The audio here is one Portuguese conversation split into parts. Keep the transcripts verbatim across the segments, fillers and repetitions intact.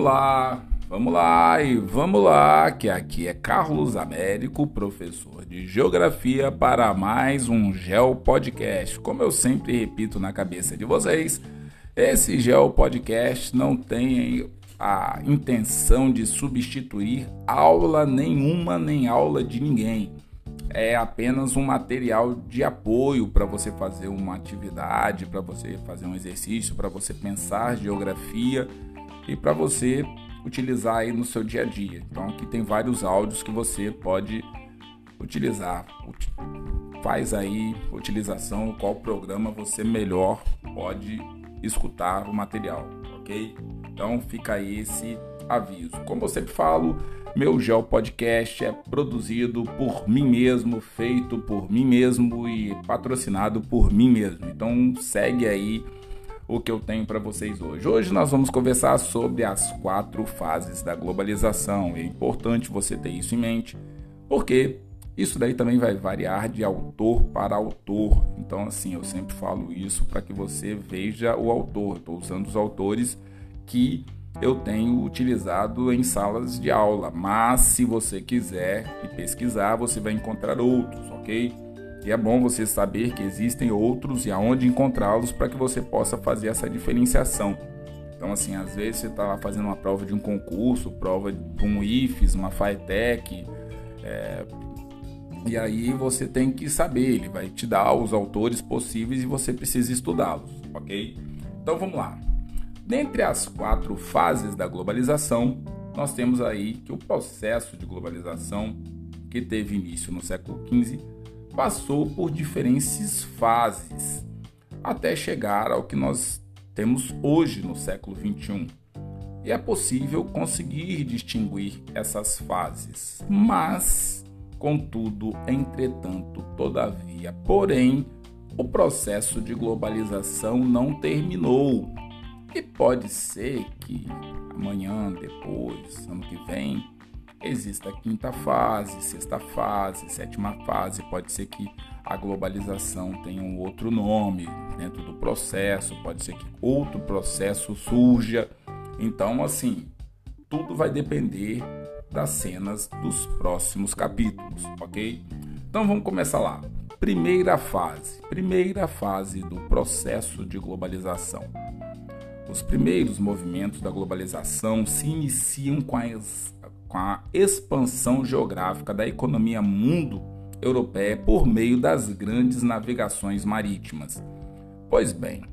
Vamos lá, vamos lá e vamos lá, que aqui é Carlos Américo, professor de Geografia, para mais um Geo Podcast. Como eu sempre repito na cabeça de vocês, esse Geo Podcast não tem a intenção de substituir aula nenhuma, nem aula de ninguém. É apenas um material de apoio para você fazer uma atividade, para você fazer um exercício, para você pensar geografia e para você utilizar aí no seu dia a dia. Então aqui tem vários áudios que você pode utilizar. Faz aí utilização, qual programa você melhor pode escutar o material, ok? Então fica aí esse aviso. Como eu sempre falo, meu Geo Podcast é produzido por mim mesmo, feito por mim mesmo e patrocinado por mim mesmo. Então segue aí o que eu tenho para vocês hoje. Hoje nós vamos conversar sobre as quatro fases da globalização. É importante você ter isso em mente, porque isso daí também vai variar de autor para autor. Então assim, eu sempre falo isso para que você veja o autor. Estou usando os autores que eu tenho utilizado em salas de aula, mas se você quiser pesquisar, você vai encontrar outros, ok? E é bom você saber que existem outros e aonde encontrá-los para que você possa fazer essa diferenciação. Então, assim, às vezes você está fazendo uma prova de um concurso, prova de um IFES, uma FATEC, é, e aí você tem que saber, ele vai te dar os autores possíveis e você precisa estudá-los, ok? Então, vamos lá. Dentre as quatro fases da globalização, nós temos aí que o processo de globalização, que teve início no século quinze, passou por diferentes fases, até chegar ao que nós temos hoje no século vinte e um. E é possível conseguir distinguir essas fases, mas, contudo, entretanto, todavia, porém, o processo de globalização não terminou. E pode ser que amanhã, depois, ano que vem, exista a quinta fase, sexta fase, sétima fase. Pode ser que a globalização tenha um outro nome dentro do processo, pode ser que outro processo surja. Então, assim, tudo vai depender das cenas dos próximos capítulos, ok? Então, vamos começar lá. Primeira fase, primeira fase do processo de globalização. Os primeiros movimentos da globalização se iniciam com a, com a expansão geográfica da economia mundo-europeia por meio das grandes navegações marítimas. Pois bem,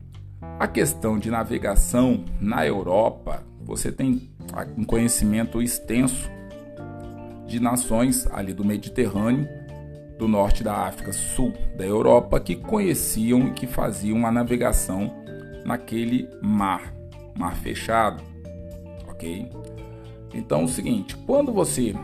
a questão de navegação na Europa, você tem um conhecimento extenso de nações ali do Mediterrâneo, do norte da África, sul da Europa, que conheciam e que faziam a navegação naquele mar, mar fechado, ok? Então, é o seguinte, quando você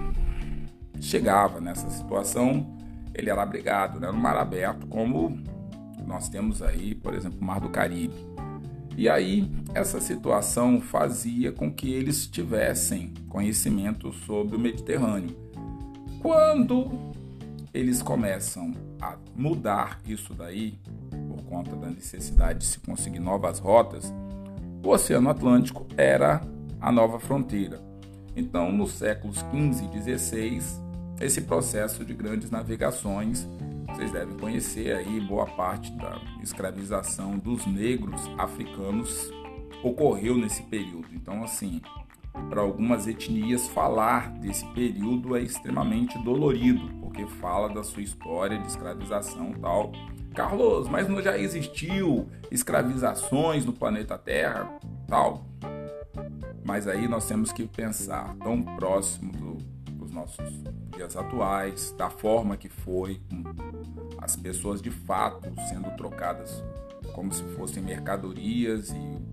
chegava nessa situação, ele era abrigado, né, no mar aberto, como nós temos aí, por exemplo, o Mar do Caribe. E aí, essa situação fazia com que eles tivessem conhecimento sobre o Mediterrâneo. Quando eles começam a mudar isso daí, por conta da necessidade de se conseguir novas rotas, o Oceano Atlântico era a nova fronteira. Então, nos séculos quinze e dezesseis, esse processo de grandes navegações, vocês devem conhecer aí, boa parte da escravização dos negros africanos ocorreu nesse período. Então, assim, para algumas etnias, falar desse período é extremamente dolorido, porque fala da sua história de escravização e tal. Carlos, mas não já existiu escravizações no planeta Terra, tal. Mas aí nós temos que pensar tão próximo do, dos nossos dias atuais, da forma que foi, as pessoas de fato sendo trocadas como se fossem mercadorias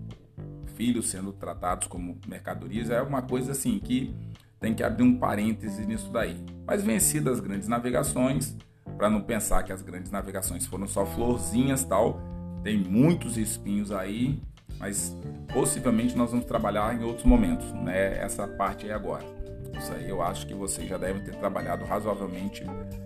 e filhos sendo tratados como mercadorias. É uma coisa assim que tem que abrir um parêntese nisso daí. Mas vencidas as grandes navegações, para não pensar que as grandes navegações foram só florzinhas, tal, tem muitos espinhos aí, mas possivelmente nós vamos trabalhar em outros momentos, né? Essa parte aí agora. Isso aí eu acho que vocês já devem ter trabalhado razoavelmente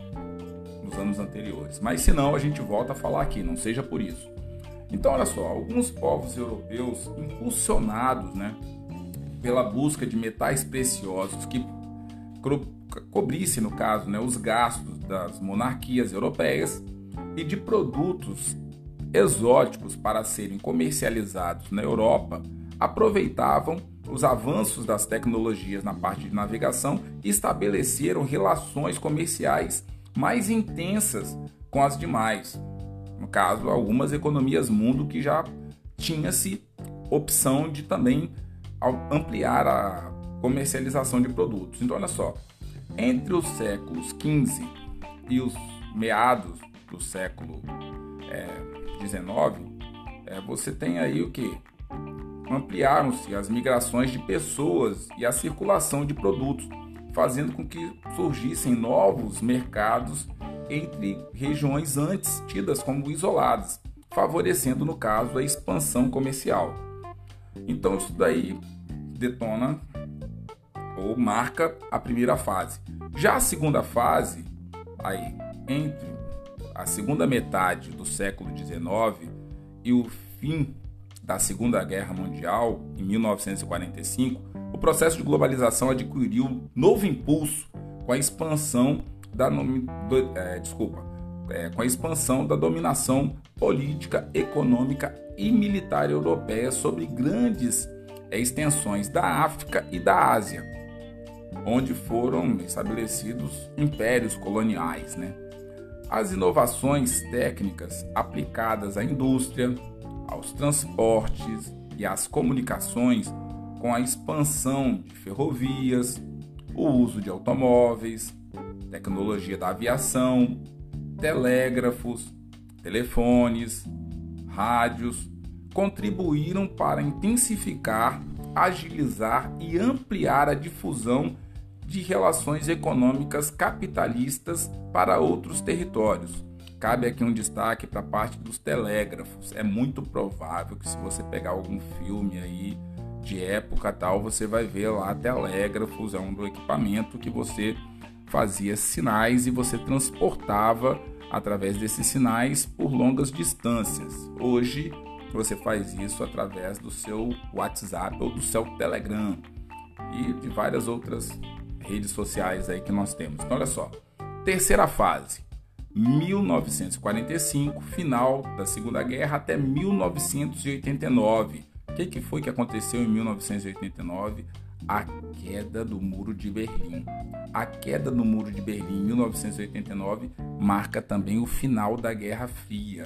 nos anos anteriores. Mas se não, a gente volta a falar aqui, não seja por isso. Então, olha só, alguns povos europeus impulsionados, né, pela busca de metais preciosos que cobrisse, no caso, né, os gastos das monarquias europeias e de produtos exóticos para serem comercializados na Europa, aproveitavam os avanços das tecnologias na parte de navegação e estabeleceram relações comerciais mais intensas com as demais. No caso, algumas economias mundo que já tinha-se opção de também ampliar a comercialização de produtos. Então, olha só, entre os séculos quinze e os meados do século dezenove, é, é, você tem aí o que? Ampliaram-se as migrações de pessoas e a circulação de produtos, fazendo com que surgissem novos mercados entre regiões antes tidas como isoladas, favorecendo, no caso, a expansão comercial. Então, isso daí detona ou marca a primeira fase. Já a segunda fase, aí, entre a segunda metade do século dezenove e o fim da Segunda Guerra Mundial, em mil novecentos e quarenta e cinco, o processo de globalização adquiriu novo impulso com a expansão da, do, é, desculpa, é, com a expansão da dominação política, econômica e militar europeia sobre grandes é, extensões da África e da Ásia, onde foram estabelecidos impérios coloniais, né? As inovações técnicas aplicadas à indústria, aos transportes e às comunicações, com a expansão de ferrovias, o uso de automóveis, tecnologia da aviação, telégrafos, telefones, rádios, contribuíram para intensificar, agilizar e ampliar a difusão de relações econômicas capitalistas para outros territórios. Cabe aqui um destaque para a parte dos telégrafos. É muito provável que, se você pegar algum filme aí de época tal, você vai ver lá telégrafos, é um do equipamento que você fazia sinais e você transportava através desses sinais por longas distâncias. Hoje você faz isso através do seu WhatsApp ou do seu Telegram e de várias outras redes sociais aí que nós temos. Então, olha só, terceira fase, mil novecentos e quarenta e cinco, final da Segunda Guerra, até mil novecentos e oitenta e nove. O que, que foi que aconteceu em mil novecentos e oitenta e nove? A queda do Muro de Berlim. A queda do Muro de Berlim em mil novecentos e oitenta e nove marca também o final da Guerra Fria.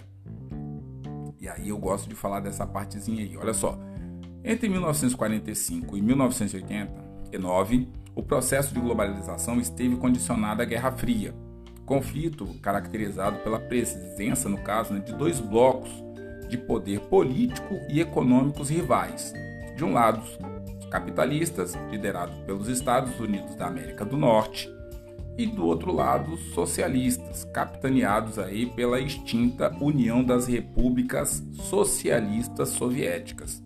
E aí eu gosto de falar dessa partezinha aí. Olha só, entre mil novecentos e quarenta e cinco e mil novecentos e oitenta e nove, o processo de globalização esteve condicionado à Guerra Fria, conflito caracterizado pela presença, no caso, né, de dois blocos de poder político e econômicos rivais. De um lado, os capitalistas, liderados pelos Estados Unidos da América do Norte, e do outro lado, os socialistas, capitaneados aí pela extinta União das Repúblicas Socialistas Soviéticas.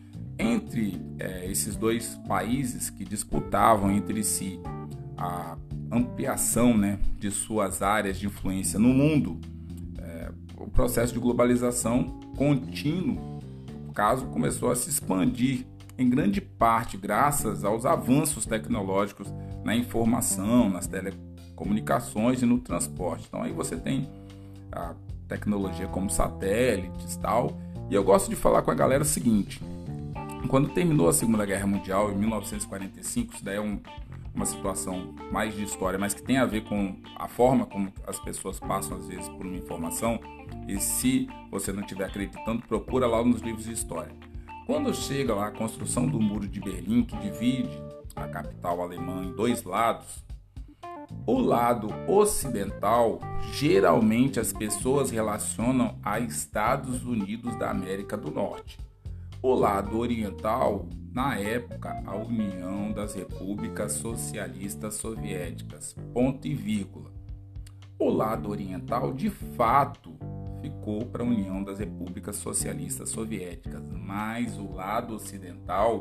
Entre é, esses dois países que disputavam entre si a ampliação, né, de suas áreas de influência no mundo, é, o processo de globalização contínuo, no caso, começou a se expandir em grande parte graças aos avanços tecnológicos na informação, nas telecomunicações e no transporte. Então aí você tem a tecnologia como satélites e tal. E eu gosto de falar com a galera o seguinte: quando terminou a Segunda Guerra Mundial, em mil novecentos e quarenta e cinco, isso daí é um, uma situação mais de história, mas que tem a ver com a forma como as pessoas passam, às vezes, por uma informação. E se você não estiver acreditando, procura lá nos livros de história. Quando chega lá a construção do Muro de Berlim, que divide a capital alemã em dois lados, o lado ocidental, geralmente as pessoas relacionam a Estados Unidos da América do Norte. O lado oriental, na época, a União das Repúblicas Socialistas Soviéticas, ponto e vírgula. O lado oriental, de fato, ficou para a União das Repúblicas Socialistas Soviéticas, mas o lado ocidental,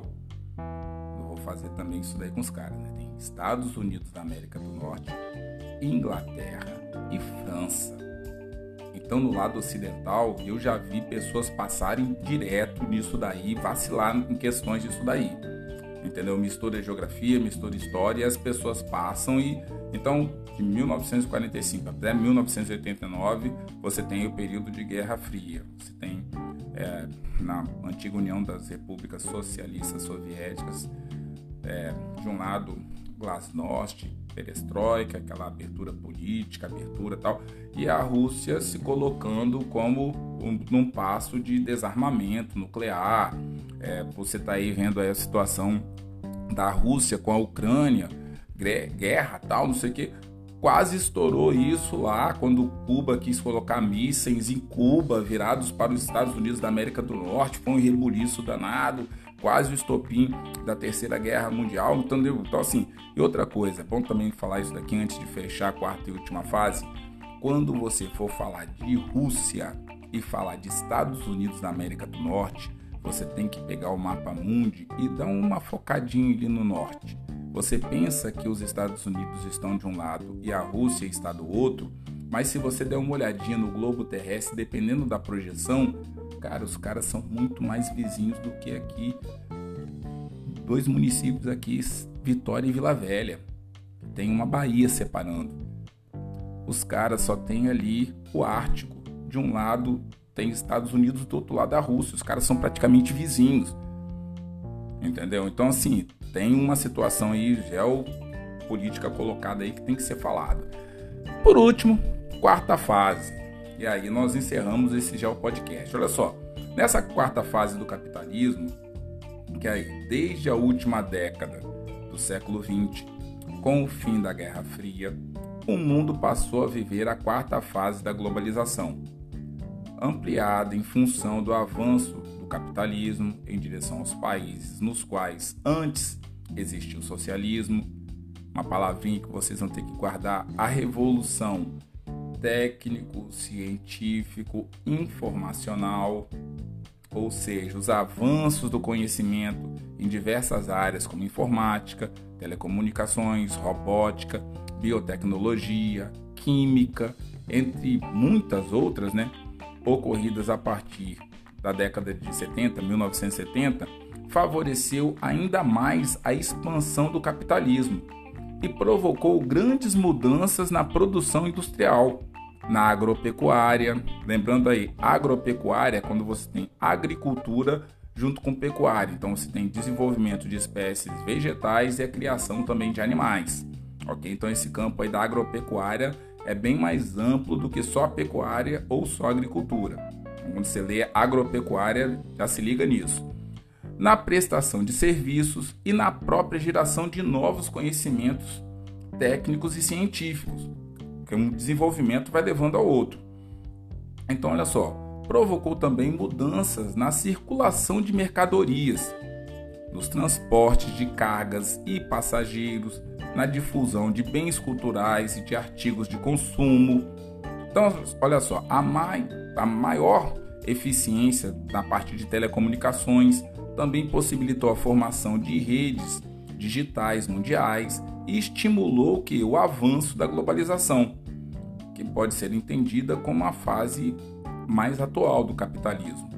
eu vou fazer também isso daí com os caras, né? Tem Estados Unidos da América do Norte, Inglaterra e França. Então, no lado ocidental, eu já vi pessoas passarem direto nisso daí, vacilar em questões disso daí. entendeu? Mistura geografia, mistura história e as pessoas passam e... Então, de mil novecentos e quarenta e cinco até mil novecentos e oitenta e nove, você tem o período de Guerra Fria. Você tem, é, na antiga União das Repúblicas Socialistas Soviéticas, é, de um lado, Glasnost, Perestroika, aquela abertura política, abertura e tal, e a Rússia se colocando como um, num passo de desarmamento nuclear. É, você está aí vendo aí a situação da Rússia com a Ucrânia, guerra tal, não sei o que, quase estourou isso lá quando Cuba quis colocar mísseis em Cuba virados para os Estados Unidos da América do Norte, foi um rebuliço danado, quase o estopim da Terceira Guerra Mundial. Então, então assim, e outra coisa, é bom também falar isso daqui antes de fechar a quarta e última fase. Quando você for falar de Rússia e falar de Estados Unidos da América do Norte, você tem que pegar o mapa mundi e dar uma focadinha ali no norte. Você pensa que os Estados Unidos estão de um lado e a Rússia está do outro, mas se você der uma olhadinha no globo terrestre, dependendo da projeção, cara, os caras são muito mais vizinhos do que aqui. Dois municípios aqui, Vitória e Vila Velha. Tem uma baía separando. Os caras só tem ali o Ártico. De um lado tem Estados Unidos, do outro lado a Rússia. Os caras são praticamente vizinhos. Entendeu? Então, assim, tem uma situação aí geopolítica colocada aí que tem que ser falada. Por último, quarta fase. E aí nós encerramos esse Geopodcast. Olha só, nessa quarta fase do capitalismo, que aí desde a última década do século vinte, com o fim da Guerra Fria, o mundo passou a viver a quarta fase da globalização, ampliada em função do avanço do capitalismo em direção aos países nos quais antes existia o socialismo, uma palavrinha que vocês vão ter que guardar, a revolução técnico, científico, informacional, ou seja, os avanços do conhecimento em diversas áreas como informática, telecomunicações, robótica, biotecnologia, química, entre muitas outras, né, ocorridas a partir da década de setenta, mil novecentos e setenta, favoreceu ainda mais a expansão do capitalismo e provocou grandes mudanças na produção industrial, na agropecuária. Lembrando aí, agropecuária é quando você tem agricultura junto com pecuária. Então você tem desenvolvimento de espécies vegetais e a criação também de animais. Ok? Então esse campo aí da agropecuária é bem mais amplo do que só a pecuária ou só a agricultura. Quando você lê agropecuária, já se liga nisso. Na prestação de serviços e na própria geração de novos conhecimentos técnicos e científicos, que um desenvolvimento vai levando ao outro. Então, olha só, provocou também mudanças na circulação de mercadorias, nos transportes de cargas e passageiros, na difusão de bens culturais e de artigos de consumo. Então, olha só, a, mai, a maior eficiência na parte de telecomunicações também possibilitou a formação de redes digitais mundiais e estimulou que o avanço da globalização, que pode ser entendida como a fase mais atual do capitalismo.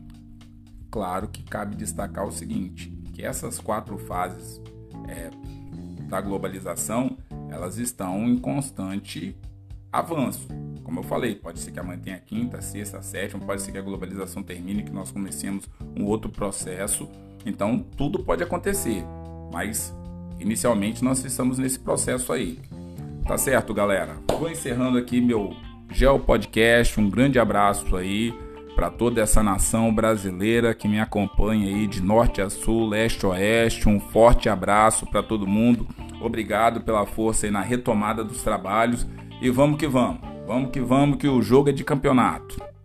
Claro que cabe destacar o seguinte, que essas quatro fases é, da globalização, elas estão em constante avanço. Como eu falei, pode ser que amanhã tenha a quinta, sexta, sétima, pode ser que a globalização termine, que nós comecemos um outro processo. Então, tudo pode acontecer, mas inicialmente nós estamos nesse processo aí. Tá certo, galera? Vou encerrando aqui meu Geopodcast. Um grande abraço aí para toda essa nação brasileira que me acompanha aí de norte a sul, leste a oeste. Um forte abraço para todo mundo. Obrigado pela força aí na retomada dos trabalhos. E vamos que vamos. Vamos que vamos, que o jogo é de campeonato.